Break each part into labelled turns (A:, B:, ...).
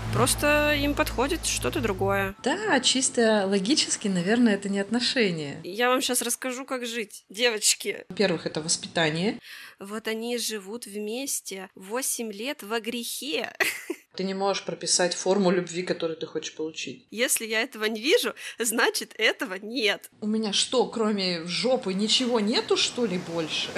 A: Просто им подходит что-то другое.
B: Да, чисто логически, наверное, это не отношения.
A: Я вам сейчас расскажу, как жить. Девочки,
B: Во-первых, это воспитание.
A: вот они живут вместе 8 лет во грехе.
B: Ты не можешь прописать форму любви, которую ты хочешь получить.
A: Если я этого не вижу, значит, этого нет.
B: У меня что, кроме жопы, ничего нету, что ли, больше?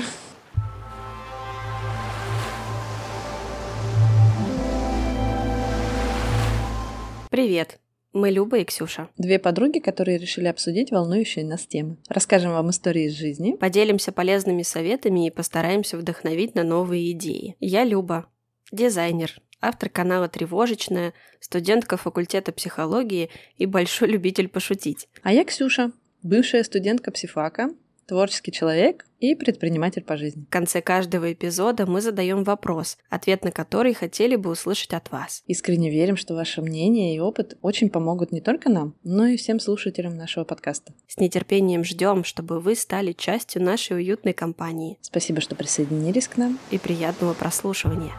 A: Привет, мы Люба и Ксюша.
B: Две подруги, которые решили обсудить волнующие нас темы. Расскажем вам истории из жизни.
A: Поделимся полезными советами и постараемся вдохновить на новые идеи. Я Люба, дизайнер, автор канала «Тревожечная», студентка факультета психологии и большой любитель пошутить.
B: А я Ксюша, бывшая студентка псифака, творческий человек и предприниматель по жизни.
A: В конце каждого эпизода мы задаем вопрос, ответ на который хотели бы услышать от вас.
B: Искренне верим, что ваше мнение и опыт очень помогут не только нам, но и всем слушателям нашего подкаста.
A: С нетерпением ждем, чтобы вы стали частью нашей уютной компании.
B: Спасибо, что присоединились к нам.
A: И приятного прослушивания.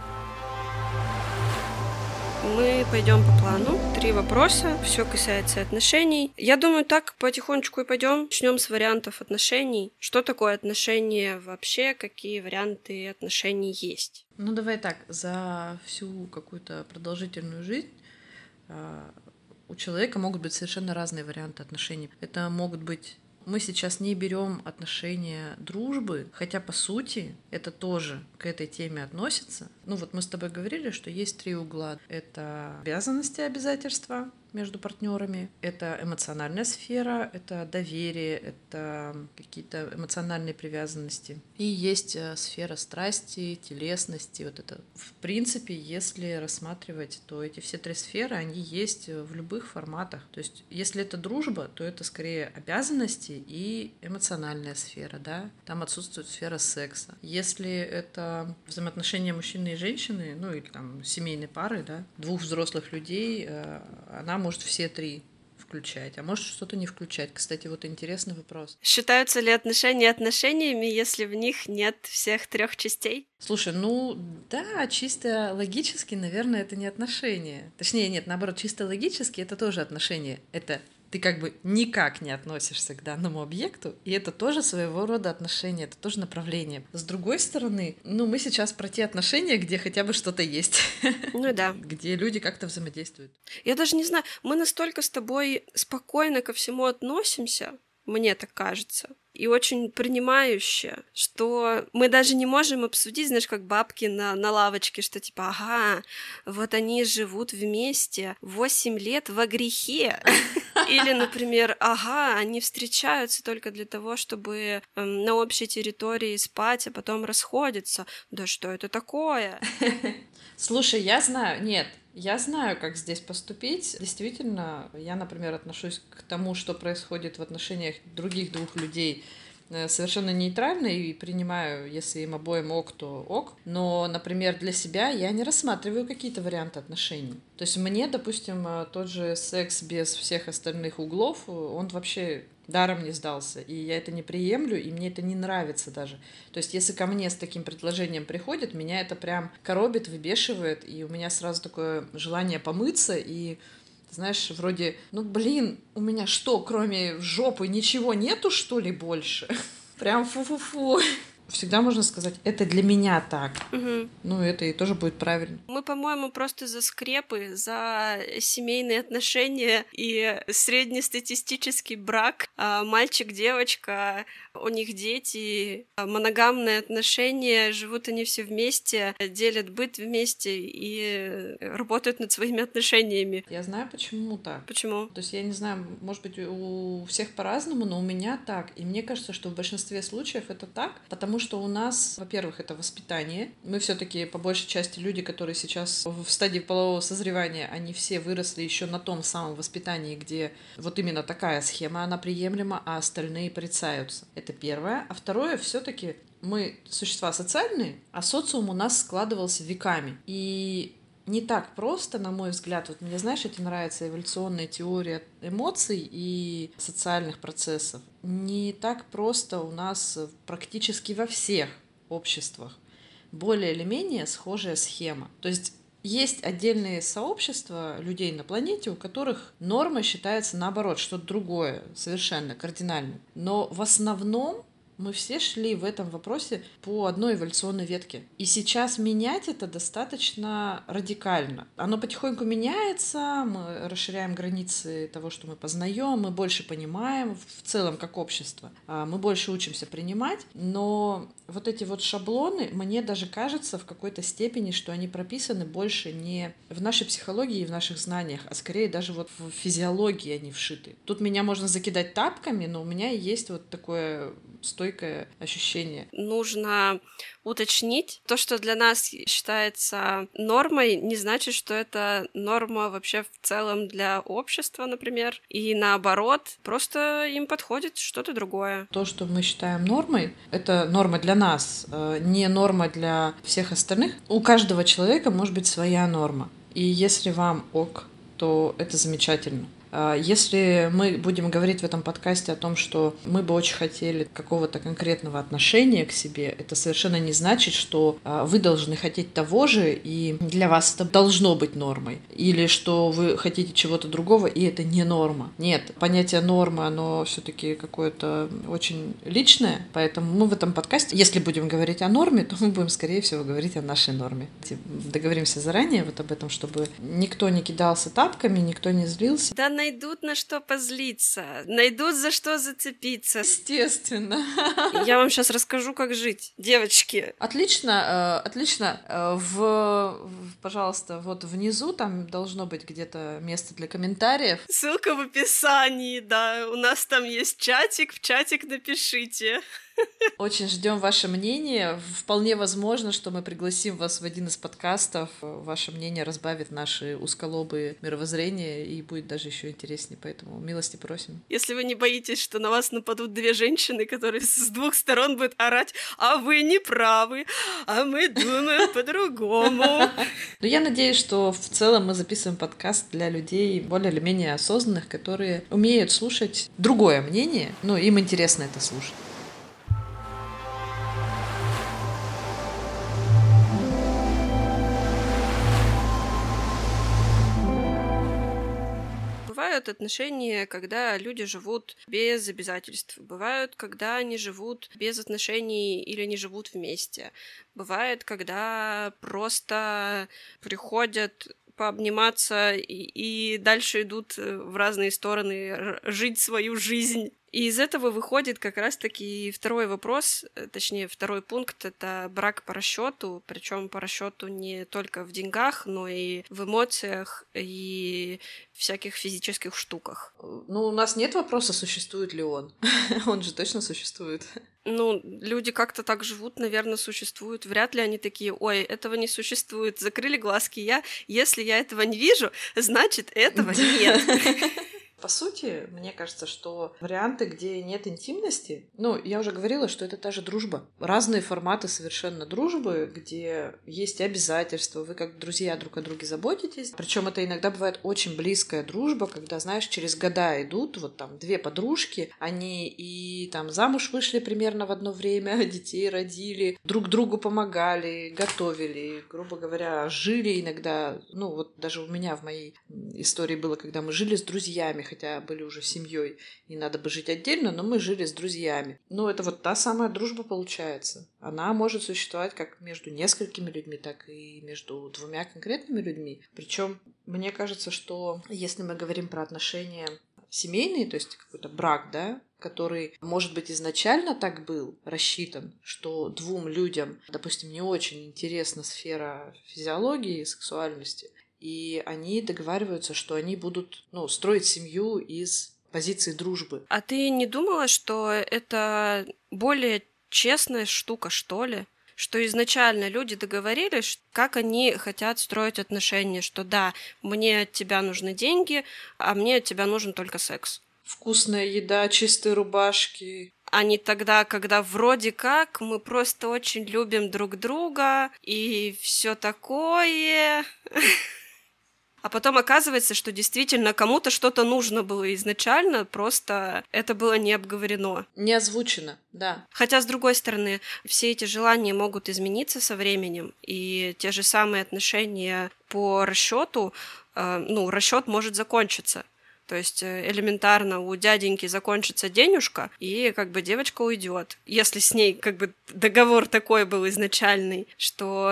A: Мы пойдем по плану. 3 вопроса, все касается отношений. Я думаю, так потихонечку и пойдем. Начнем с вариантов отношений. Что такое отношения вообще? Какие варианты отношений есть?
B: Ну, давай так, за всю какую-то продолжительную жизнь у человека могут быть совершенно разные варианты отношений. Это могут быть... Мы сейчас не берем отношения дружбы, хотя по сути это тоже к этой теме относится. Ну вот мы с тобой говорили, что есть 3 угла. Это обязанности, обязательства между партнерами, это эмоциональная сфера, это доверие, это какие-то эмоциональные привязанности. И есть сфера страсти, телесности. Вот это. В принципе, если рассматривать, то эти все 3 сферы, они есть в любых форматах. То есть, если это дружба, то это скорее обязанности и эмоциональная сфера, да. Там отсутствует сфера секса. Если это взаимоотношения мужчины и женщины, ну или там семейной пары, да, 2 взрослых людей, она может все 3 включать, а может что-то не включать. Кстати, вот интересный вопрос.
A: Считаются ли отношения отношениями, если в них нет всех 3 частей?
B: Слушай, ну да, чисто логически, наверное, это не отношения. Точнее, нет, наоборот, чисто логически это тоже отношения. Это ты как бы никак не относишься к данному объекту, и это тоже своего рода отношения, это тоже направление. С другой стороны, ну мы сейчас про те отношения, где хотя бы что-то есть.
A: Ну да.
B: Где люди как-то взаимодействуют.
A: Я даже не знаю, мы настолько с тобой спокойно ко всему относимся, мне так кажется, и очень принимающе, что мы даже не можем обсудить, знаешь, как бабки на лавочке, что типа, ага, вот они живут вместе 8 лет во грехе. Или, например, ага, они встречаются только для того, чтобы на общей территории спать, а потом расходятся. Да что это такое?
B: Слушай, я знаю, как здесь поступить. Действительно, я, например, отношусь к тому, что происходит в отношениях других 2 людей совершенно нейтрально и принимаю, если им обоим ок, то ок. Но, например, для себя я не рассматриваю какие-то варианты отношений. То есть мне, допустим, тот же секс без всех остальных углов, он вообще даром не сдался. И я это не приемлю, и мне это не нравится даже. То есть если ко мне с таким предложением приходят, меня это прям коробит, выбешивает, и у меня сразу такое желание помыться и... Знаешь, вроде, ну блин, у меня что, кроме жопы ничего нету, что ли, больше? Прям фу-фу-фу. Всегда можно сказать, это для меня так.
A: Угу.
B: Ну, это и тоже будет правильно.
A: Мы, по-моему, просто за скрепы, за семейные отношения и среднестатистический брак. Мальчик-девочка, у них дети, моногамные отношения, живут они все вместе, делят быт вместе и работают над своими отношениями.
B: Я знаю, почему так.
A: Почему?
B: То есть я не знаю, может быть, у всех по-разному, но у меня так. И мне кажется, что в большинстве случаев это так, потому что у нас, во-первых, это воспитание. Мы все-таки по большей части люди, которые сейчас в стадии полового созревания, они все выросли еще на том самом воспитании, где вот именно такая схема, она приемлема, а остальные порицаются. Это первое. А второе, все-таки мы существа социальные, а социум у нас складывался веками. И не так просто, на мой взгляд, вот мне, знаешь, эти нравится эволюционная теория эмоций и социальных процессов. Не так просто у нас практически во всех обществах более или менее схожая схема. То есть Есть отдельные сообщества людей на планете, у которых норма считается наоборот, что-то другое, совершенно кардинально. Но в основном мы все шли в этом вопросе по одной эволюционной ветке. И сейчас менять это достаточно радикально. Оно потихоньку меняется, мы расширяем границы того, что мы познаем, мы больше понимаем в целом как общество, мы больше учимся принимать, но вот эти вот шаблоны, мне даже кажется в какой-то степени, что они прописаны больше не в нашей психологии и в наших знаниях, а скорее даже вот в физиологии они вшиты. Тут меня можно закидать тапками, но у меня есть вот такое стойкое ощущение.
A: Нужно уточнить, то, что для нас считается нормой, не значит, что это норма вообще в целом для общества, например, и наоборот, просто им подходит что-то другое.
B: То, что мы считаем нормой, это норма для нас, не норма для всех остальных. У каждого человека может быть своя норма. И если вам ок, то это замечательно. Если мы будем говорить в этом подкасте о том, что мы бы очень хотели какого-то конкретного отношения к себе, это совершенно не значит, что вы должны хотеть того же, и для вас это должно быть нормой. Или что вы хотите чего-то другого, и это не норма. Нет, понятие нормы, оно все-таки какое-то очень личное, поэтому мы в этом подкасте, если будем говорить о норме, то мы будем, скорее всего, говорить о нашей норме. Договоримся заранее вот об этом, чтобы никто не кидался тапками, никто не злился.
A: Да, найдут на что позлиться, найдут за что зацепиться.
B: Естественно.
A: Я вам сейчас расскажу, как жить, девочки.
B: Отлично. Пожалуйста, вот внизу там должно быть где-то место для комментариев.
A: Ссылка в описании, да. У нас там есть чатик, в чатик напишите.
B: Очень ждем ваше мнение. Вполне возможно, что мы пригласим вас в один из подкастов. Ваше мнение разбавит наши узколобые мировоззрения и будет даже еще интереснее. Поэтому милости просим.
A: Если вы не боитесь, что на вас нападут две женщины, которые с двух сторон будут орать: а вы не правы, а мы думаем по-другому.
B: Но я надеюсь, что в целом мы записываем подкаст для людей более или менее осознанных, которые умеют слушать другое мнение, но им интересно это слушать.
A: Бывают отношения, когда люди живут без обязательств. Бывают, когда они живут без отношений или не живут вместе. Бывает, когда просто приходят пообниматься и дальше идут в разные стороны жить свою жизнь. И из этого выходит как раз-таки второй вопрос, точнее, второй пункт — это брак по расчету, причем по расчету не только в деньгах, но и в эмоциях и всяких физических штуках.
B: Ну, у нас нет вопроса, существует ли он. Он же точно существует.
A: Ну, люди как-то так живут, наверное, существуют. Вряд ли они такие: ой, этого не существует, закрыли глазки. Если я этого не вижу, значит, этого нет.
B: По сути, мне кажется, что варианты, где нет интимности, ну, я уже говорила, что это та же дружба. Разные форматы совершенно дружбы, где есть обязательства, вы как друзья друг о друге заботитесь. Причем это иногда бывает очень близкая дружба, когда, знаешь, через года идут вот там две подружки, они и там замуж вышли примерно в одно время, детей родили, друг другу помогали, готовили, грубо говоря, жили иногда. Ну, вот даже у меня в моей истории было, когда мы жили с друзьями, хотя были уже семьей, и надо бы жить отдельно, но мы жили с друзьями. Ну, это вот та самая дружба получается. Она может существовать как между несколькими людьми, так и между двумя конкретными людьми. Причем мне кажется, что если мы говорим про отношения семейные, то есть какой-то брак, да, который, может быть, изначально так был рассчитан, что двум людям, допустим, не очень интересна сфера физиологии и сексуальности, и они договариваются, что они будут, строить семью из позиции дружбы.
A: А ты не думала, что это более честная штука, что ли? Что изначально люди договорились, как они хотят строить отношения, что да, мне от тебя нужны деньги, а мне от тебя нужен только секс.
B: Вкусная еда, чистые рубашки.
A: А не тогда, когда вроде как мы просто очень любим друг друга и все такое. А потом оказывается, что действительно кому-то что-то нужно было изначально, просто это было не обговорено.
B: Не озвучено, да.
A: Хотя, с другой стороны, все эти желания могут измениться со временем, и те же самые отношения по расчету, расчет может закончиться. То есть элементарно у дяденьки закончится денежка, и как бы девочка уйдет. Если с ней как бы договор такой был изначальный, что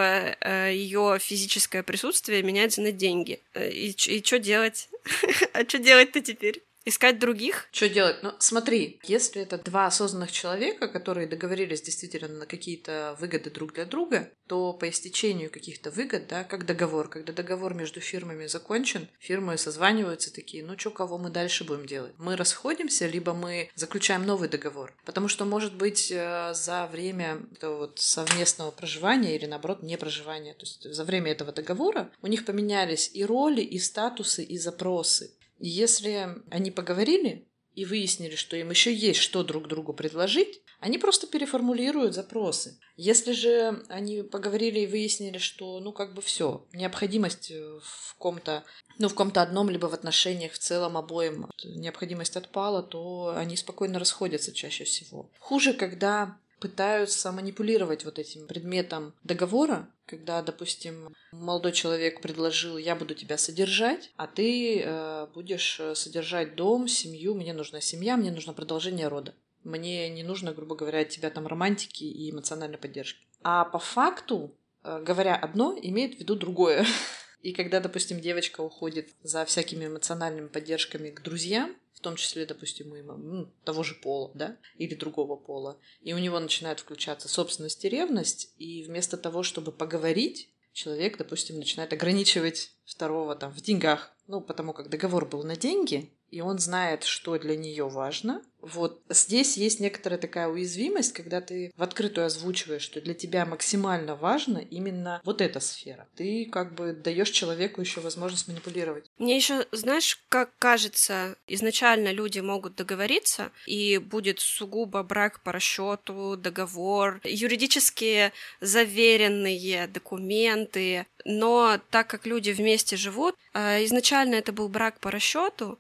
A: ее физическое присутствие меняется на деньги. И что делать? А что делать-то теперь? Искать других?
B: Что делать? Ну, смотри, если это два осознанных человека, которые договорились действительно на какие-то выгоды друг для друга, то по истечению каких-то выгод, да, как договор, когда договор между фирмами закончен, фирмы созваниваются такие, ну что, кого мы дальше будем делать? Мы расходимся, либо мы заключаем новый договор. Потому что, может быть, за время этого вот совместного проживания или, наоборот, не проживания, то есть за время этого договора у них поменялись и роли, и статусы, и запросы. И если они поговорили и выяснили, что им еще есть что друг другу предложить, они просто переформулируют запросы. Если же они поговорили и выяснили, что, все, необходимость в ком-то одном, либо в отношениях в целом обоим необходимость отпала, то они спокойно расходятся чаще всего. Хуже, когда пытаются манипулировать вот этим предметом договора, когда, допустим, молодой человек предложил: я буду тебя содержать, а ты будешь содержать дом, семью, мне нужна семья, мне нужно продолжение рода. Мне не нужно, грубо говоря, от тебя там романтики и эмоциональной поддержки. А по факту, говоря одно, имеет в виду другое. И когда, допустим, девочка уходит за всякими эмоциональными поддержками к друзьям, в том числе, допустим, того же пола, да, или другого пола, и у него начинает включаться собственность и ревность, и вместо того, чтобы поговорить, человек, допустим, начинает ограничивать второго там в деньгах, потому как договор был на деньги, и он знает, что для нее важно. Вот здесь есть некоторая такая уязвимость, когда ты в открытую озвучиваешь, что для тебя максимально важно именно вот эта сфера. Ты как бы даешь человеку еще возможность манипулировать.
A: Мне еще, знаешь, как кажется, изначально люди могут договориться, и будет сугубо брак по расчету, договор, юридически заверенные документы, но так как люди вместе живут, изначально это был брак по расчету,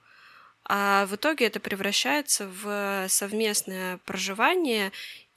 A: а в итоге это превращается в совместное проживание,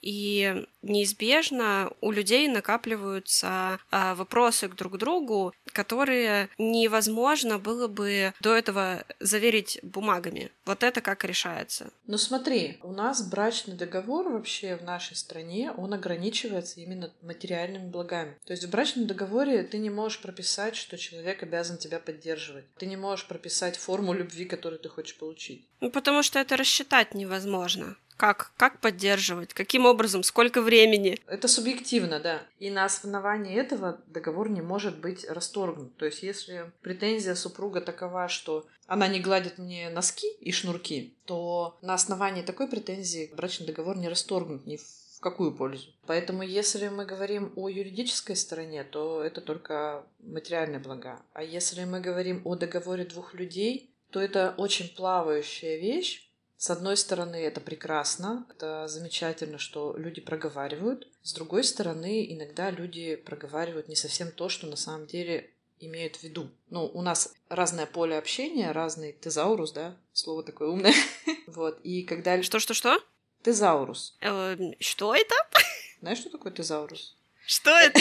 A: и неизбежно у людей накапливаются вопросы друг к другу, которые невозможно было бы до этого заверить бумагами. Вот это как решается.
B: Ну смотри, у нас брачный договор вообще в нашей стране, он ограничивается именно материальными благами. То есть в брачном договоре ты не можешь прописать, что человек обязан тебя поддерживать. Ты не можешь прописать форму любви, которую ты хочешь получить.
A: Потому что это рассчитать невозможно. Как поддерживать? Каким образом? Сколько времени?
B: Это субъективно, да. И на основании этого договор не может быть расторгнут. То есть если претензия супруга такова, что она не гладит мне носки и шнурки, то на основании такой претензии брачный договор не расторгнут ни в какую пользу. Поэтому если мы говорим о юридической стороне, то это только материальные блага. А если мы говорим о договоре двух людей, то это очень плавающая вещь. С одной стороны, это прекрасно, это замечательно, что люди проговаривают. С другой стороны, иногда люди проговаривают не совсем то, что на самом деле имеют в виду. У нас разное поле общения, разный тезаурус, да, слово такое умное. Вот, и когда...
A: Что?
B: Тезаурус.
A: Что это?
B: Знаешь, что такое тезаурус?
A: Что это?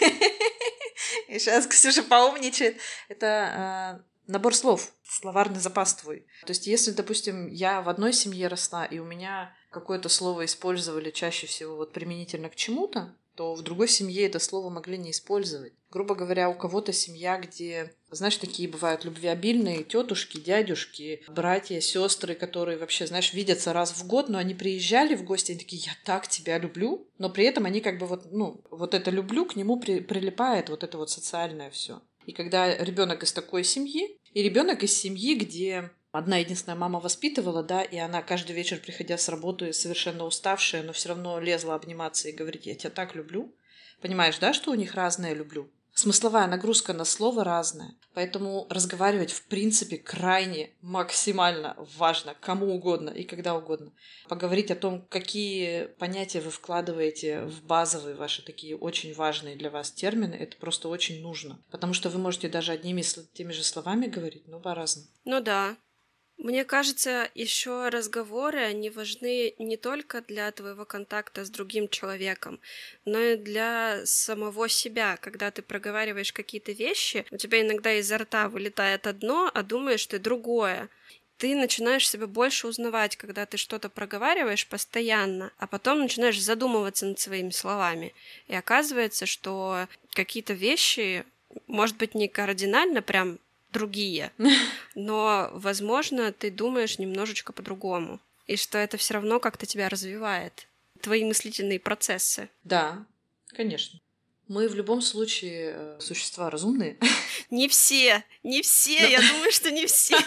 B: И сейчас Ксюша поумничает. Это... набор слов, словарный запас твой. То есть, если, допустим, я в одной семье росла, и у меня какое-то слово использовали чаще всего вот применительно к чему-то, то в другой семье это слово могли не использовать. Грубо говоря, у кого-то семья, где, знаешь, такие бывают любвеобильные тетушки, дядюшки, братья, сестры, которые вообще, знаешь, видятся раз в год, но они приезжали в гости, они такие: я так тебя люблю, но при этом они как бы вот это люблю, к нему прилипает вот это вот социальное все. И когда ребенок из такой семьи, и ребенок из семьи, где одна единственная мама воспитывала, да, и она каждый вечер, приходя с работы, совершенно уставшая, но все равно лезла обниматься и говорить: я тебя так люблю. Понимаешь, да, что у них разное люблю? Смысловая нагрузка на слово разная, поэтому разговаривать в принципе крайне максимально важно кому угодно и когда угодно. Поговорить о том, какие понятия вы вкладываете в базовые ваши такие очень важные для вас термины, это просто очень нужно. Потому что вы можете даже одними теми же словами говорить, но по-разному.
A: Ну да. Мне кажется, еще разговоры, они важны не только для твоего контакта с другим человеком, но и для самого себя. Когда ты проговариваешь какие-то вещи, у тебя иногда изо рта вылетает одно, а думаешь ты другое. Ты начинаешь себя больше узнавать, когда ты что-то проговариваешь постоянно, а потом начинаешь задумываться над своими словами. И оказывается, что какие-то вещи, может быть, не кардинально прям другие, но, возможно, ты думаешь немножечко по-другому, и что это все равно как-то тебя развивает, твои мыслительные процессы.
B: Да, конечно. Мы в любом случае существа разумные.
A: Не все, я думаю, что не все.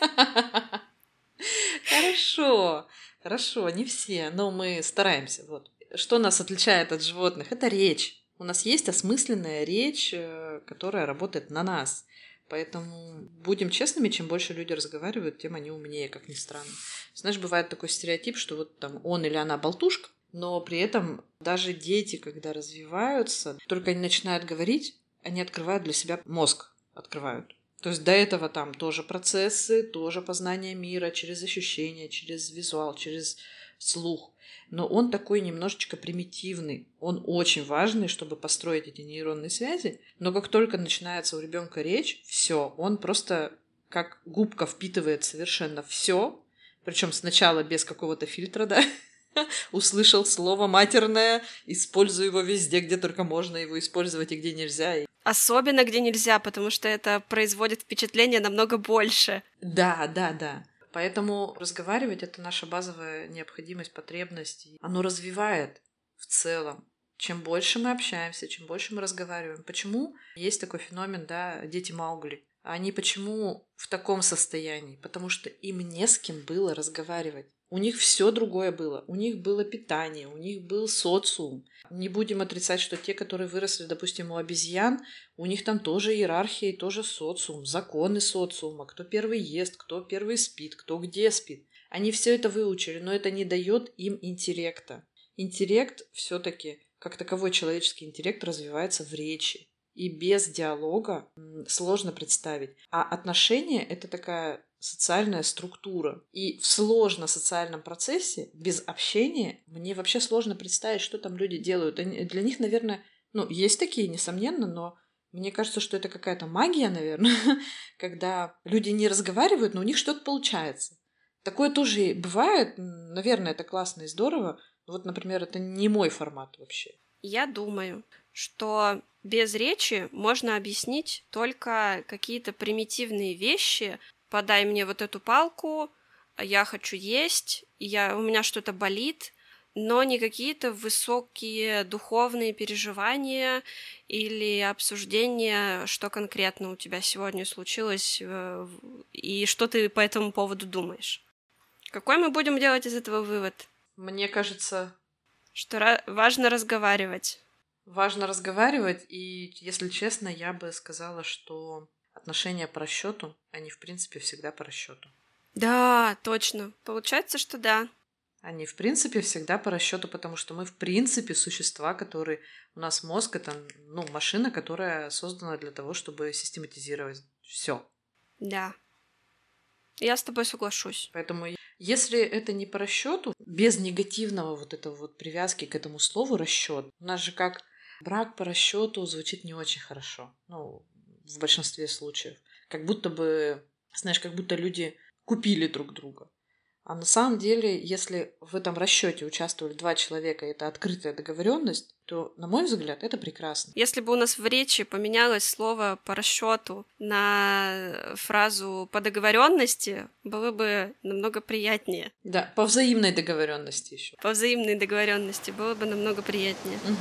B: Хорошо, не все, но мы стараемся. Вот. Что нас отличает от животных? Это речь. У нас есть осмысленная речь, которая работает на нас. Поэтому будем честными, чем больше люди разговаривают, тем они умнее, как ни странно. Знаешь, бывает такой стереотип, что вот там он или она болтушка, но при этом даже дети, когда развиваются, только они начинают говорить, они открывают для себя мозг, открывают. То есть до этого там тоже процессы, тоже познание мира через ощущения, через визуал, через слух. Но он такой немножечко примитивный. Он очень важный, чтобы построить эти нейронные связи. Но как только начинается у ребенка речь, все, он просто как губка впитывает совершенно все. Причем сначала без какого-то фильтра, да. Услышал слово матерное, использую его везде, где только можно его использовать и где нельзя.
A: Особенно где нельзя, потому что это производит впечатление намного больше.
B: Да. Поэтому разговаривать — это наша базовая необходимость, потребность. Оно развивает в целом. Чем больше мы общаемся, чем больше мы разговариваем. Почему есть такой феномен, да, дети Маугли? Они почему в таком состоянии? Потому что им не с кем было разговаривать. У них все другое было. У них было питание, у них был социум. Не будем отрицать, что те, которые выросли, допустим, у обезьян, у них там тоже иерархия и тоже социум, законы социума, кто первый ест, кто первый спит, кто где спит. Они все это выучили, но это не дает им интеллекта. Интеллект все-таки, как таковой человеческий интеллект, развивается в речи. И без диалога сложно представить. А отношения — это такая социальная структура. И в сложном социальном процессе, без общения, мне вообще сложно представить, что там люди делают. Для них, наверное, есть такие, несомненно, но мне кажется, что это какая-то магия, наверное, когда люди не разговаривают, но у них что-то получается. Такое тоже бывает. Наверное, это классно и здорово. Вот, например, это не мой формат вообще.
A: Я думаю, что без речи можно объяснить только какие-то примитивные вещи. Подай мне вот эту палку, я хочу есть, у меня что-то болит, но не какие-то высокие духовные переживания или обсуждения, что конкретно у тебя сегодня случилось и что ты по этому поводу думаешь. Какой мы будем делать из этого вывод?
B: Мне кажется,
A: что важно разговаривать.
B: Важно разговаривать, и, если честно, я бы сказала, что отношения по расчету, они, в принципе, всегда по расчету.
A: Да, точно. Получается, что да.
B: Они, в принципе, всегда по расчету, потому что мы, в принципе, существа, которые... У нас мозг — это, машина, которая создана для того, чтобы систематизировать все.
A: Да. Я с тобой соглашусь.
B: Поэтому, если это не по расчету, без негативного вот этого вот привязки к этому слову расчет, у нас же как брак по расчету звучит не очень хорошо. В большинстве случаев. Как будто бы, знаешь, как будто люди купили друг друга. А на самом деле, если в этом расчете участвовали два человека, и это открытая договоренность, то, на мой взгляд, это прекрасно.
A: Если бы у нас в речи поменялось слово по расчету на фразу по договоренности, было бы намного приятнее.
B: Да, по взаимной договоренности еще.
A: По взаимной договоренности было бы намного приятнее.
B: Угу.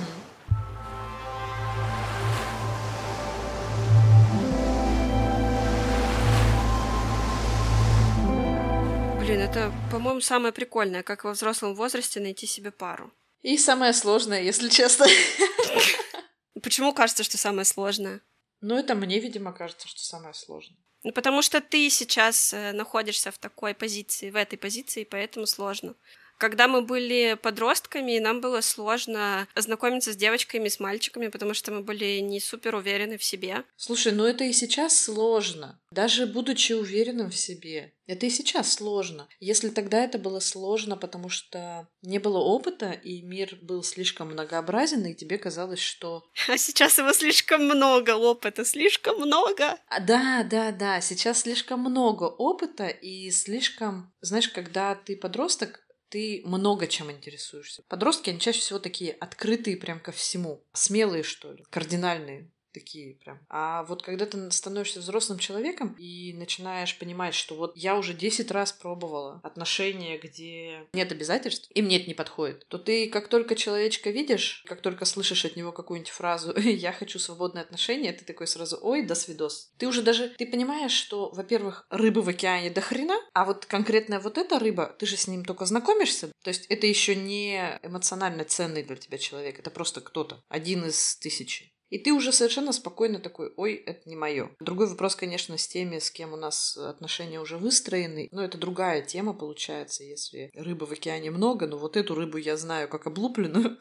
A: Блин, это, по-моему, самое прикольное, как во взрослом возрасте найти себе пару.
B: И самое сложное, если честно.
A: Почему кажется, что самое сложное?
B: Но это мне, видимо, кажется, что самое сложное.
A: Ну, потому что ты сейчас находишься в такой позиции, в этой позиции, поэтому сложно. Когда мы были подростками, нам было сложно знакомиться с девочками, с мальчиками, потому что мы были не супер уверены в себе.
B: Слушай, ну это и сейчас сложно. Даже будучи уверенным в себе. Это и сейчас сложно. Если тогда это было сложно, потому что не было опыта, и мир был слишком многообразен, и тебе казалось, что...
A: А сейчас его слишком много, опыта слишком много.
B: Да. Сейчас слишком много опыта, и слишком... Знаешь, когда ты подросток, ты много чем интересуешься. Подростки, они чаще всего такие открытые прям ко всему. Смелые, что ли, кардинальные такие прям. А вот когда ты становишься взрослым человеком и начинаешь понимать, что вот я уже 10 раз пробовала отношения, где нет обязательств, и мне это не подходит, то ты как только человечка видишь, как только слышишь от него какую-нибудь фразу «я хочу свободные отношения», ты такой сразу «ой, до свидос». Ты уже даже, ты понимаешь, что, во-первых, рыбы в океане до хрена, а вот конкретно вот эта рыба, ты же с ним только знакомишься, то есть это еще не эмоционально ценный для тебя человек, это просто кто-то, один из тысячи. И ты уже совершенно спокойно такой, ой, это не мое. Другой вопрос, конечно, с теми, с кем у нас отношения уже выстроены. Но это другая тема получается, если рыбы в океане много, но вот эту рыбу я знаю как облупленную.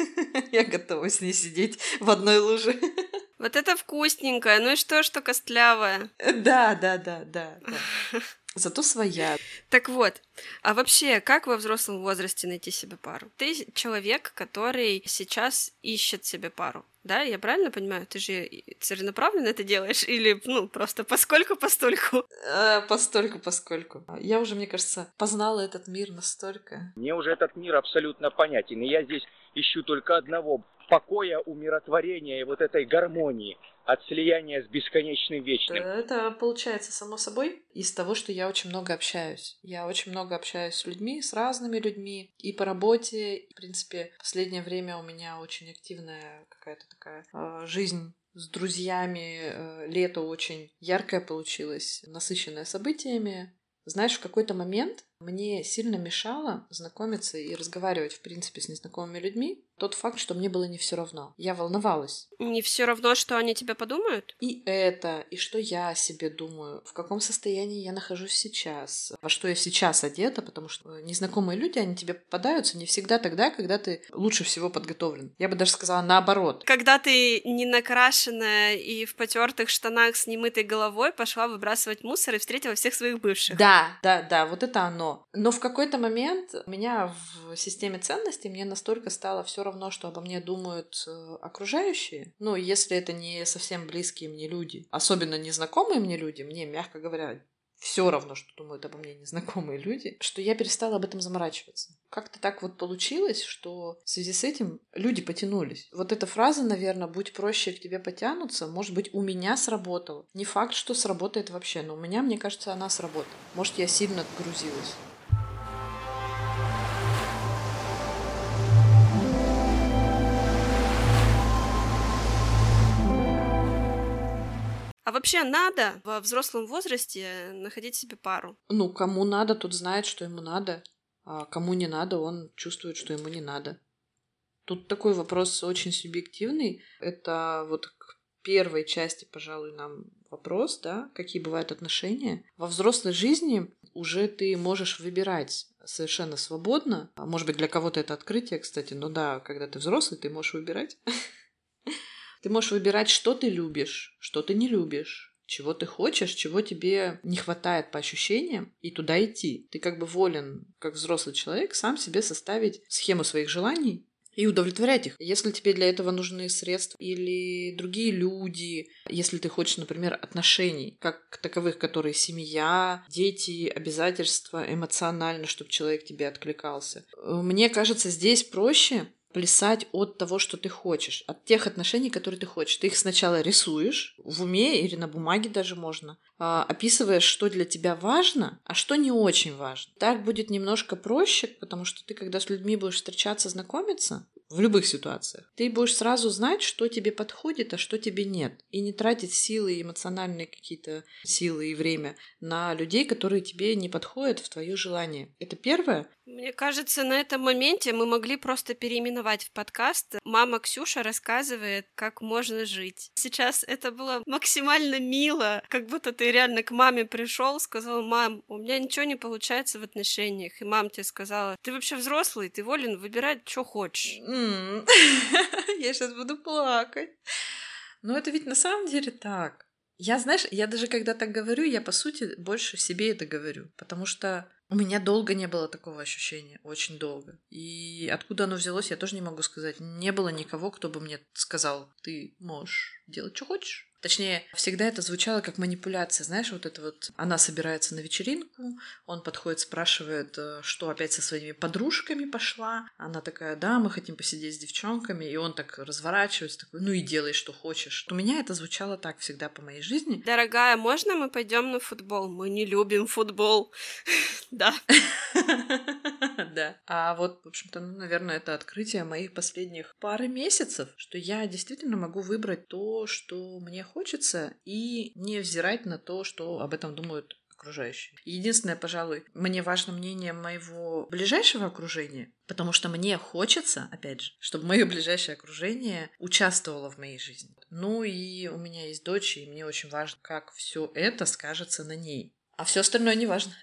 B: Я готова с ней сидеть в одной луже.
A: Вот это вкусненькое, ну и что костлявое?
B: Да. Зато своя.
A: Так вот, а вообще, как во взрослом возрасте найти себе пару? Ты человек, который сейчас ищет себе пару, да? Я правильно понимаю? Ты же целенаправленно это делаешь? Или, просто поскольку-постольку?
B: Постольку-поскольку. Я уже, мне кажется, познала этот мир настолько.
C: Мне уже этот мир абсолютно понятен, и я здесь ищу только одного — покоя, умиротворения и вот этой гармонии от слияния с бесконечным вечным.
B: Это получается само собой из того, что я очень много общаюсь. Я очень много общаюсь с людьми, с разными людьми, и по работе. И, в принципе, в последнее время у меня очень активная какая-то такая жизнь с друзьями. Лето очень яркое получилось, насыщенное событиями. Знаешь, в какой-то момент мне сильно мешало знакомиться и разговаривать, в принципе, с незнакомыми людьми тот факт, что мне было не все равно. Я волновалась.
A: Не все равно, что они тебе подумают?
B: И что я о себе думаю, в каком состоянии я нахожусь сейчас, во что я сейчас одета, потому что незнакомые люди, они тебе попадаются не всегда тогда, когда ты лучше всего подготовлен. Я бы даже сказала наоборот.
A: Когда ты не накрашенная и в потертых штанах с немытой головой пошла выбрасывать мусор и встретила всех своих бывших.
B: Да, вот это оно. Но в какой-то момент у меня в системе ценностей мне настолько стало все равно, что обо мне думают окружающие. Ну, если это не совсем близкие мне люди, особенно незнакомые мне люди, мне, мягко говоря, все равно, что думают обо мне незнакомые люди, что я перестала об этом заморачиваться. Как-то так вот получилось, что в связи с этим люди потянулись. Вот эта фраза, наверное, «будь проще, к тебе потянутся», может быть, у меня сработала. Не факт, что сработает вообще, но у меня, мне кажется, она сработала. Может, я сильно отгрузилась.
A: А вообще надо во взрослом возрасте находить себе пару?
B: Ну, кому надо, тот знает, что ему надо. А кому не надо, он чувствует, что ему не надо. Тут такой вопрос очень субъективный. Это вот к первой части, пожалуй, нам вопрос, да, какие бывают отношения. Во взрослой жизни уже ты можешь выбирать совершенно свободно. Может быть, для кого-то это открытие, кстати, но да, когда ты взрослый, ты можешь выбирать. Ты можешь выбирать, что ты любишь, что ты не любишь, чего ты хочешь, чего тебе не хватает по ощущениям, и туда идти. Ты как бы волен, как взрослый человек, сам себе составить схему своих желаний и удовлетворять их. Если тебе для этого нужны средства или другие люди, если ты хочешь, например, отношений, как таковых, которые семья, дети, обязательства, эмоционально, чтобы человек тебе откликался. Мне кажется, здесь проще плясать от того, что ты хочешь, от тех отношений, которые ты хочешь. Ты их сначала рисуешь в уме или на бумаге даже можно, описываешь, что для тебя важно, а что не очень важно. Так будет немножко проще, потому что ты, когда с людьми будешь встречаться, знакомиться, в любых ситуациях, ты будешь сразу знать, что тебе подходит, а что тебе нет. И не тратить силы, эмоциональные какие-то силы и время на людей, которые тебе не подходят в твое желание. Это первое.
A: Мне кажется, на этом моменте мы могли просто переименовать в подкаст «Мама Ксюша рассказывает, как можно жить». Сейчас это было максимально мило, как будто ты реально к маме пришел, сказал: «Мам, у меня ничего не получается в отношениях». И мама тебе сказала: «Ты вообще взрослый, ты волен выбирать, что хочешь».
B: Я сейчас буду плакать. Но это ведь на самом деле так. Знаешь, я даже когда так говорю, я по сути больше себе это говорю, потому что у меня долго не было такого ощущения, очень долго. И откуда оно взялось, я тоже не могу сказать. Не было никого, кто бы мне сказал: ты можешь делать, что хочешь. Точнее, всегда это звучало как манипуляция. Знаешь, вот это вот: она собирается на вечеринку, он подходит, спрашивает, что опять со своими подружками пошла. Она такая: да, мы хотим посидеть с девчонками. И он так разворачивается, такой: ну и делай, что хочешь. У меня это звучало так всегда по моей жизни.
A: Дорогая, можно мы пойдем на футбол? Мы не любим футбол. Да.
B: Да. А вот, в общем-то, наверное, это открытие моих последних пары месяцев, что я действительно могу выбрать то, что мне хочется, и не взирать на то, что об этом думают окружающие. Единственное, пожалуй, мне важно мнение моего ближайшего окружения, потому что мне хочется, опять же, чтобы мое ближайшее окружение участвовало в моей жизни. Ну и у меня есть дочь, и мне очень важно, как все это скажется на ней. А все остальное не важно.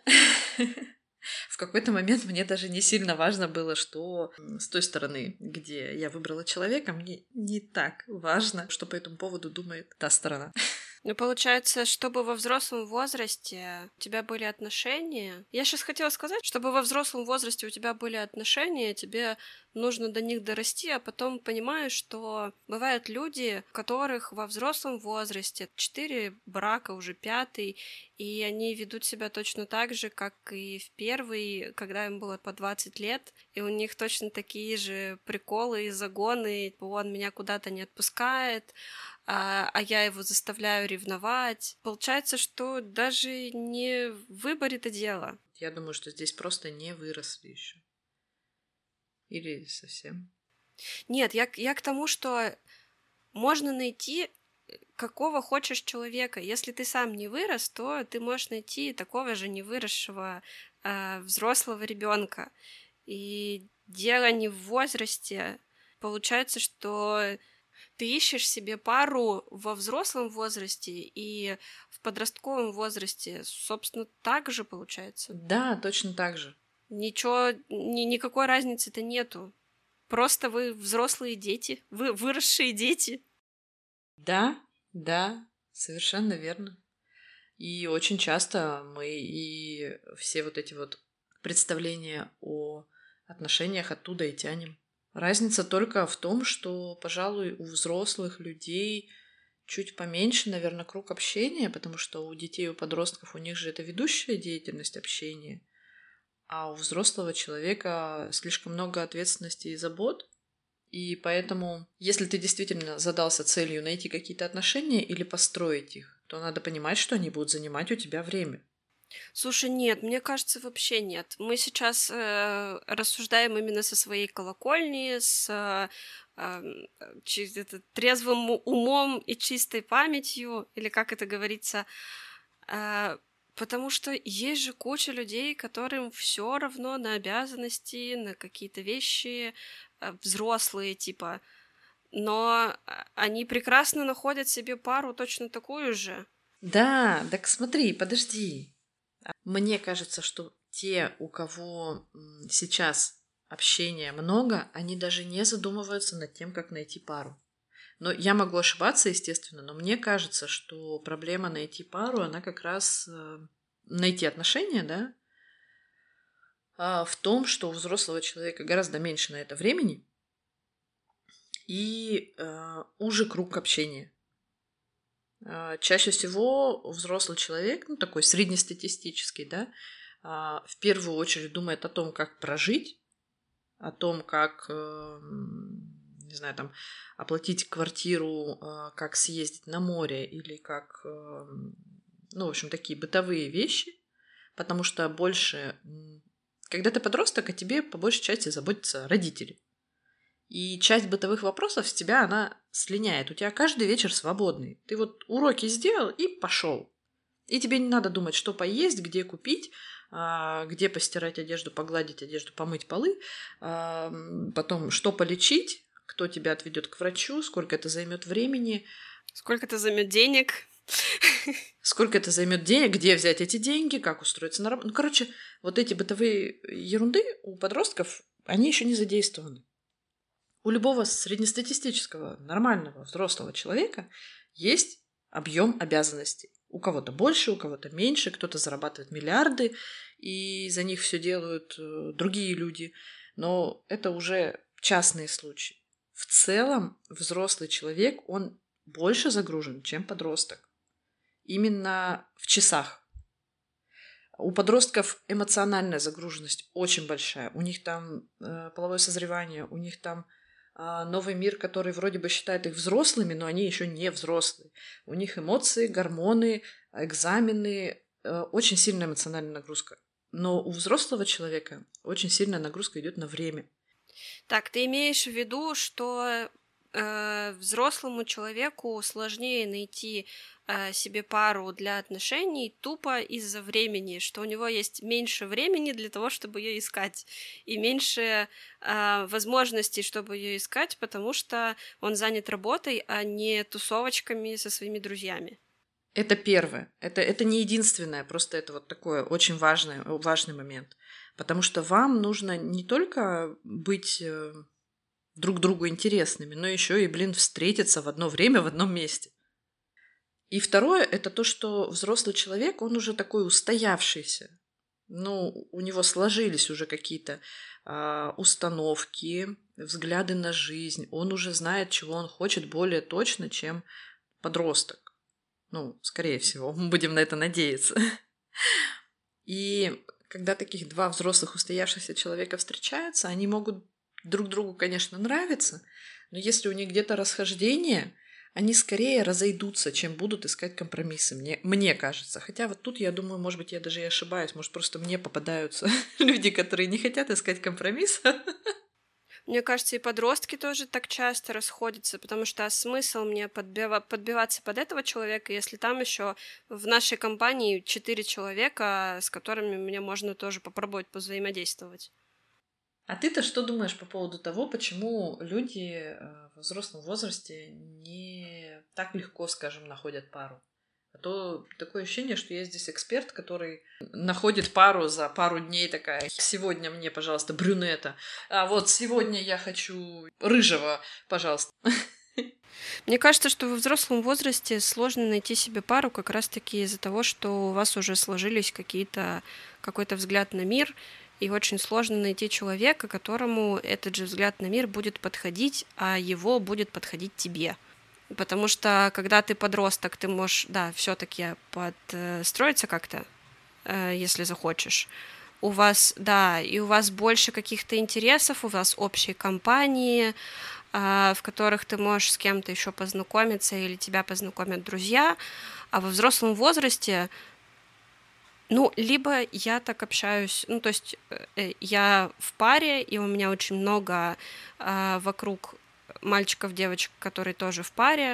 B: В какой-то момент мне даже не сильно важно было, что с той стороны, где я выбрала человека, мне не так важно, что по этому поводу думает та сторона.
A: Ну, получается, чтобы во взрослом возрасте у тебя были отношения... Я сейчас хотела сказать, чтобы во взрослом возрасте у тебя были отношения, тебе нужно до них дорасти, а потом понимаешь, что бывают люди, у которых во взрослом возрасте 4 брака, уже 5-й, и они ведут себя точно так же, как и в первый, когда им было по 20 лет, и у них точно такие же приколы и загоны: он меня куда-то не отпускает, а я его заставляю ревновать. Получается, что даже не в выборе-то дело.
B: Я думаю, что здесь просто не выросли еще. Или совсем.
A: Нет, я к тому, что можно найти какого хочешь человека. Если ты сам не вырос, то ты можешь найти такого же невыросшего взрослого ребенка. И дело не в возрасте. Получается, что ты ищешь себе пару во взрослом возрасте и в подростковом возрасте, собственно, так же получается.
B: Да, точно так же.
A: Ничего, никакой разницы-то нету. Просто вы взрослые дети, вы выросшие дети.
B: Да, совершенно верно. И очень часто мы и все вот эти вот представления о отношениях оттуда и тянем. Разница только в том, что, пожалуй, у взрослых людей чуть поменьше, наверное, круг общения, потому что у детей, у подростков, у них же это ведущая деятельность общения, а у взрослого человека слишком много ответственности и забот. И поэтому, если ты действительно задался целью найти какие-то отношения или построить их, то надо понимать, что они будут занимать у тебя время.
A: Слушай, нет, мне кажется, вообще нет. Мы сейчас рассуждаем именно со своей колокольни, с трезвым умом и чистой памятью, или как это говорится, потому что есть же куча людей, которым все равно на обязанности, на какие-то вещи, взрослые типа, но они прекрасно находят себе пару точно такую же.
B: Да, так смотри, подожди. Мне кажется, что те, у кого сейчас общения много, они даже не задумываются над тем, как найти пару. Но я могу ошибаться, естественно, но мне кажется, что проблема найти пару, она как раз найти отношения, да, в том, что у взрослого человека гораздо меньше на это времени и уже круг общения. Чаще всего взрослый человек, ну такой среднестатистический, да, в первую очередь думает о том, как прожить, о том, как, не знаю, там, оплатить квартиру, как съездить на море или как, ну, в общем, такие бытовые вещи, потому что больше, когда ты подросток, о тебе по большей части заботятся родители. И часть бытовых вопросов с тебя она слиняет. У тебя каждый вечер свободный. Ты вот уроки сделал и пошел. И тебе не надо думать, что поесть, где купить, где постирать одежду, погладить одежду, помыть полы, потом что полечить, кто тебя отведет к врачу, сколько это займет времени.
A: Сколько это займет денег?
B: Сколько это займет денег, где взять эти деньги, как устроиться на работу. Ну, короче, вот эти бытовые ерунды у подростков, они еще не задействованы. У любого среднестатистического, нормального, взрослого человека есть объем обязанностей. У кого-то больше, у кого-то меньше, кто-то зарабатывает миллиарды, и за них все делают другие люди. Но это уже частные случаи. В целом, взрослый человек, он больше загружен, чем подросток. Именно в часах. У подростков эмоциональная загруженность очень большая. У них там половое созревание, у них там новый мир, который вроде бы считает их взрослыми, но они еще не взрослые. У них эмоции, гормоны, экзамены, очень сильная эмоциональная нагрузка. Но у взрослого человека очень сильная нагрузка идет на время.
A: Так, ты имеешь в виду, что взрослому человеку сложнее найти себе пару для отношений тупо из-за времени, что у него есть меньше времени для того, чтобы ее искать, и меньше возможностей, чтобы ее искать, потому что он занят работой, а не тусовочками со своими друзьями.
B: Это первое. Это не единственное, просто это вот такой очень важный момент. Потому что вам нужно не только быть друг другу интересными, но еще и, встретиться в одно время в одном месте. И второе, это то, что взрослый человек, он уже такой устоявшийся. Ну, у него сложились уже какие-то установки, взгляды на жизнь. Он уже знает, чего он хочет более точно, чем подросток. Ну, скорее всего, мы будем на это надеяться. И когда таких два взрослых устоявшихся человека встречаются, они могут друг другу, конечно, нравиться, но если у них где-то расхождение, они скорее разойдутся, чем будут искать компромиссы, мне кажется. Хотя вот тут, я думаю, может быть, я даже и ошибаюсь, может, просто мне попадаются люди, которые не хотят искать компромисса.
A: Мне кажется, и подростки тоже так часто расходятся, потому что смысл мне подбиваться под этого человека, если там еще в нашей компании 4 человека, с которыми мне можно тоже попробовать повзаимодействовать.
B: А ты-то что думаешь по поводу того, почему люди в взрослом возрасте не так легко, скажем, находят пару? А то такое ощущение, что я здесь эксперт, который находит пару за пару дней, такая: сегодня мне, пожалуйста, брюнета, а вот сегодня я хочу рыжего, пожалуйста.
A: Мне кажется, что во взрослом возрасте сложно найти себе пару как раз-таки из-за того, что у вас уже сложились какой-то взгляд на мир, и очень сложно найти человека, которому этот же взгляд на мир будет подходить, а его будет подходить тебе. Потому что, когда ты подросток, ты можешь, да, все-таки подстроиться как-то, если захочешь. У вас, да, и у вас больше каких-то интересов, у вас общие компании, в которых ты можешь с кем-то еще познакомиться или тебя познакомят друзья, а во взрослом возрасте, ну, либо я так общаюсь, ну, то есть я в паре, и у меня очень много вокруг мальчиков, девочек, которые тоже в паре,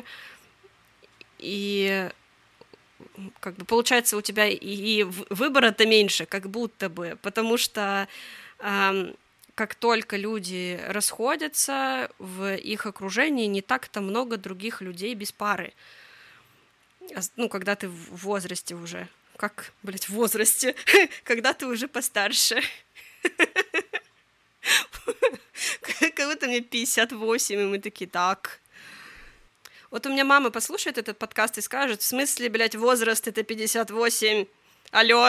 A: и как бы получается у тебя и выбора-то меньше, как будто бы, потому что как только люди расходятся, в их окружении не так-то много других людей без пары. Ну, когда ты в возрасте уже. В возрасте? Когда ты уже постарше. Как будто мне 58, и мы такие: так. Вот у меня мама послушает этот подкаст и скажет: в смысле, блядь, возраст — это 58? Алло.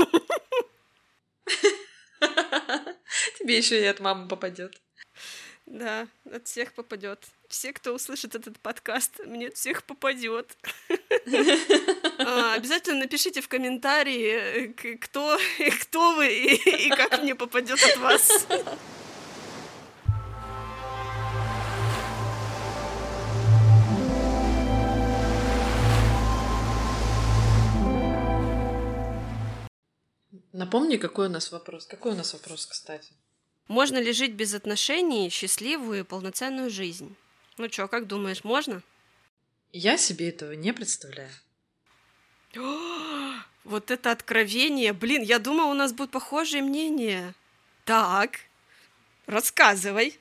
B: Тебе еще и от мамы попадет.
A: Да, от всех попадет. Все, кто услышит этот подкаст, мне от всех попадет. Обязательно напишите в комментарии, кто вы и как мне попадет от вас.
B: Напомни, какой у нас вопрос. Какой у нас вопрос, кстати?
A: Можно ли жить без отношений счастливую и полноценную жизнь? Ну чё, как думаешь, можно?
B: Я себе этого не представляю.
A: Вот это откровение! Блин, я думала, у нас будут похожие мнения. Так, рассказывай.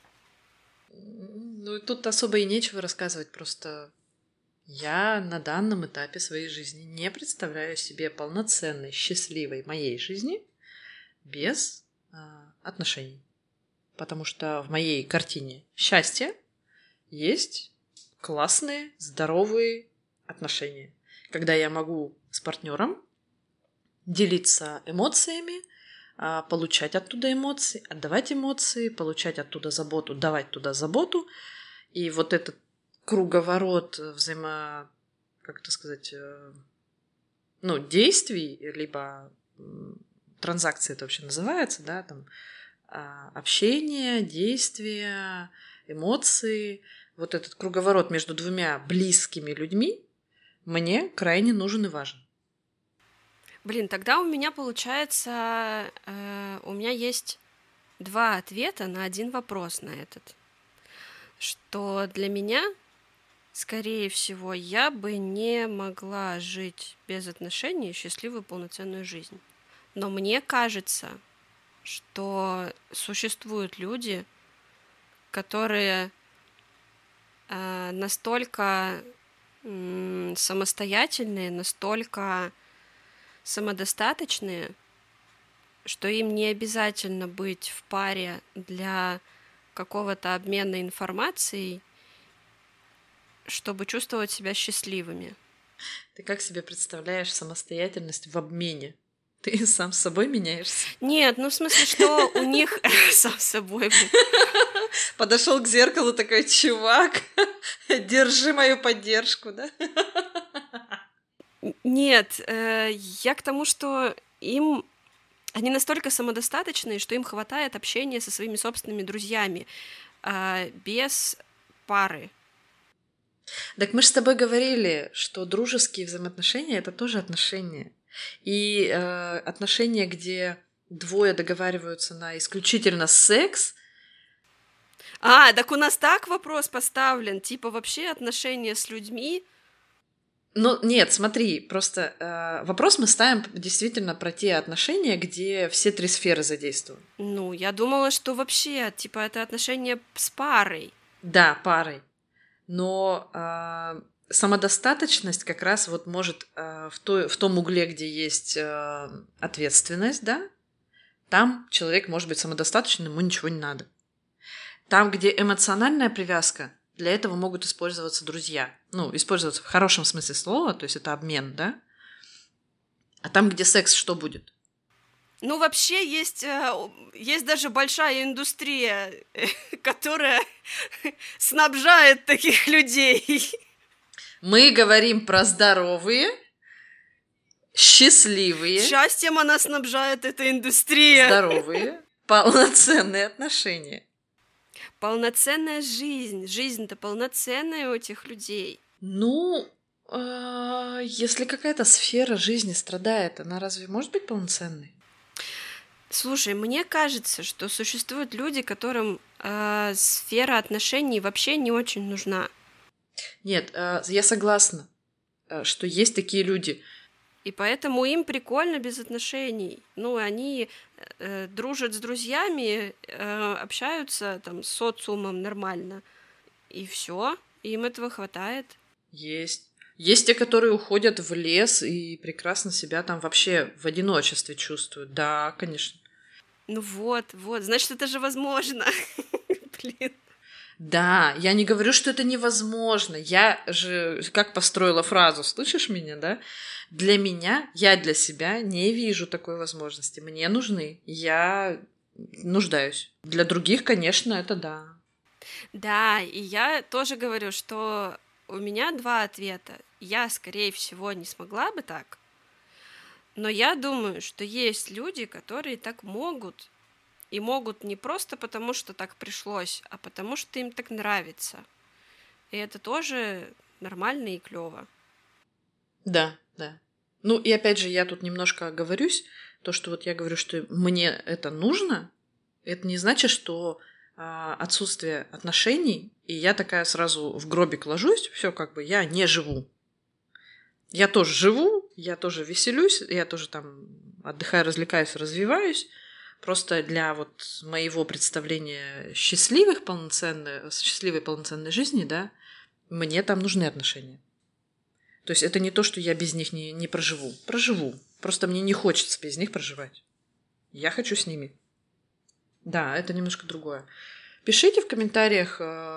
B: Ну, тут особо и нечего рассказывать, просто я на данном этапе своей жизни не представляю себе полноценной, счастливой моей жизни без отношений. Потому что в моей картине счастья есть классные, здоровые отношения. Когда я могу с партнером делиться эмоциями, получать оттуда эмоции, отдавать эмоции, получать оттуда заботу, давать туда заботу. И вот этот круговорот как это сказать, действий, либо транзакции это вообще называется, да, там, общение, действия, эмоции. Вот этот круговорот между двумя близкими людьми мне крайне нужен и важен.
A: Блин, тогда у меня получается, у меня есть 2 ответа на 1 вопрос на этот. Что для меня, скорее всего, я бы не могла жить без отношений счастливую полноценную жизнь. Но мне кажется, что существуют люди, которые настолько самостоятельные, настолько самодостаточные, что им не обязательно быть в паре для какого-то обмена информацией, чтобы чувствовать себя счастливыми.
B: Ты как себе представляешь самостоятельность в обмене? Ты сам с собой меняешься?
A: Нет, ну в смысле, что у них сам с собой.
B: Подошел к зеркалу такой: чувак, держи мою поддержку, да?
A: Нет, я к тому, что они настолько самодостаточные, что им хватает общения со своими собственными друзьями, без пары.
B: Так мы же с тобой говорили, что дружеские взаимоотношения — это тоже отношения. И отношения, где двое договариваются на исключительно секс.
A: Так у нас так вопрос поставлен, типа вообще отношения с людьми.
B: Ну, нет, смотри, просто вопрос мы ставим действительно про те отношения, где все 3 сферы задействованы.
A: Ну, я думала, что вообще, типа, это отношения с парой.
B: Да, парой. Но самодостаточность как раз вот может в том угле, где есть ответственность, да, там человек может быть самодостаточным, ему ничего не надо. Там, где эмоциональная привязка, для этого могут использоваться друзья. Ну, использоваться в хорошем смысле слова, то есть это обмен, да? А там, где секс, что будет?
A: Ну, вообще есть даже большая индустрия, которая снабжает таких людей.
B: Мы говорим про здоровые, счастливые.
A: Счастьем она снабжает эта индустрия.
B: Здоровые, полноценные отношения.
A: Полноценная жизнь. Жизнь-то полноценная у этих людей.
B: Ну, если какая-то сфера жизни страдает, она разве может быть полноценной?
A: Слушай, мне кажется, что существуют люди, которым сфера отношений вообще не очень нужна.
B: Нет, я согласна, что есть такие люди.
A: И поэтому им прикольно без отношений. Ну, они дружат с друзьями, общаются там с социумом нормально. И все, им этого хватает.
B: Есть. Есть те, которые уходят в лес и прекрасно себя там вообще в одиночестве чувствуют. Да, конечно.
A: Ну вот, значит, это же возможно. Блин.
B: Да, я не говорю, что это невозможно. Я же как построила фразу, слышишь меня, да? Для меня, я для себя не вижу такой возможности. Мне нужны, я нуждаюсь. Для других, конечно, это да.
A: Да, и я тоже говорю, что у меня 2 ответа. Я, скорее всего, не смогла бы так, но я думаю, что есть люди, которые так могут. И могут не просто потому, что так пришлось, а потому, что им так нравится. И это тоже нормально и клево.
B: Да, да. Ну и опять же, я тут немножко оговорюсь. То, что вот я говорю, что мне это нужно, это не значит, что отсутствие отношений, и я такая сразу в гробик ложусь, все как бы я не живу. Я тоже живу, я тоже веселюсь, я тоже там отдыхаю, развлекаюсь, развиваюсь. Просто для вот моего представления счастливой полноценной жизни, да, мне там нужны отношения. То есть это не то, что я без них не проживу. Проживу. Просто мне не хочется без них проживать. Я хочу с ними. Да, это немножко другое. Пишите в комментариях,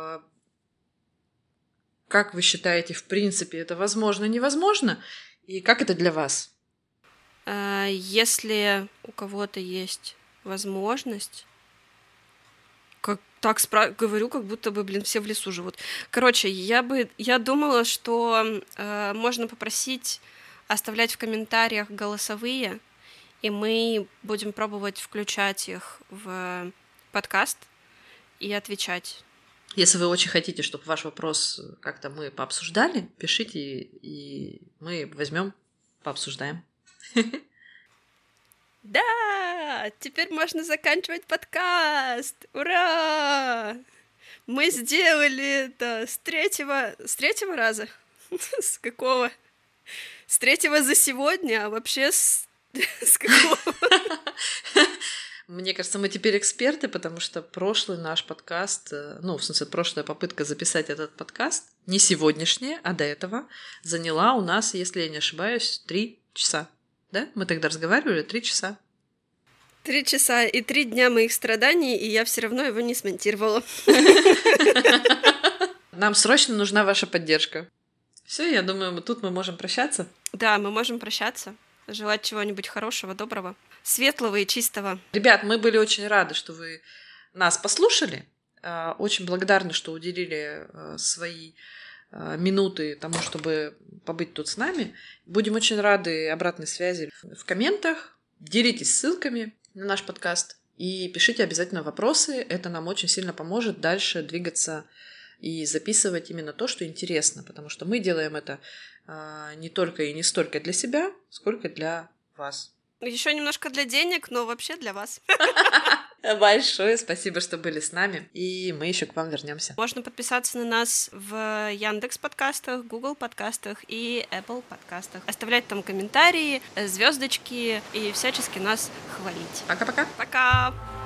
B: как вы считаете, в принципе, это возможно, невозможно, и как это для вас.
A: Если у кого-то есть возможность, говорю, как будто бы, все в лесу живут. Короче, я думала, что можно попросить оставлять в комментариях голосовые, и мы будем пробовать включать их в подкаст и отвечать.
B: Если вы очень хотите, чтобы ваш вопрос как-то мы пообсуждали, пишите, и мы возьмем, пообсуждаем.
A: Да, теперь можно заканчивать подкаст. Ура! Мы сделали это с третьего раза. С какого? С третьего за сегодня, а вообще с какого?
B: Мне кажется, мы теперь эксперты, потому что прошлый наш подкаст, в смысле, прошлая попытка записать этот подкаст, не сегодняшняя, а до этого, заняла у нас, если я не ошибаюсь, 3 часа. Да? Мы тогда разговаривали 3 часа.
A: 3 часа и 3 дня моих страданий, и я все равно его не смонтировала.
B: Нам срочно нужна ваша поддержка. Все, я думаю, тут мы можем прощаться.
A: Да, мы можем прощаться. Желать чего-нибудь хорошего, доброго, светлого и чистого.
B: Ребят, мы были очень рады, что вы нас послушали. Очень благодарны, что уделили свои минуты тому, чтобы побыть тут с нами. Будем очень рады обратной связи в комментах. Делитесь ссылками на наш подкаст и пишите обязательно вопросы. Это нам очень сильно поможет дальше двигаться и записывать именно то, что интересно, потому что мы делаем это не только и не столько для себя, сколько для вас.
A: Еще немножко для денег, но вообще для вас.
B: Большое спасибо, что были с нами, и мы еще к вам вернемся.
A: Можно подписаться на нас в Яндекс подкастах, Google подкастах и Apple подкастах. Оставлять там комментарии, звездочки и всячески нас хвалить.
B: Пока-пока.
A: Пока!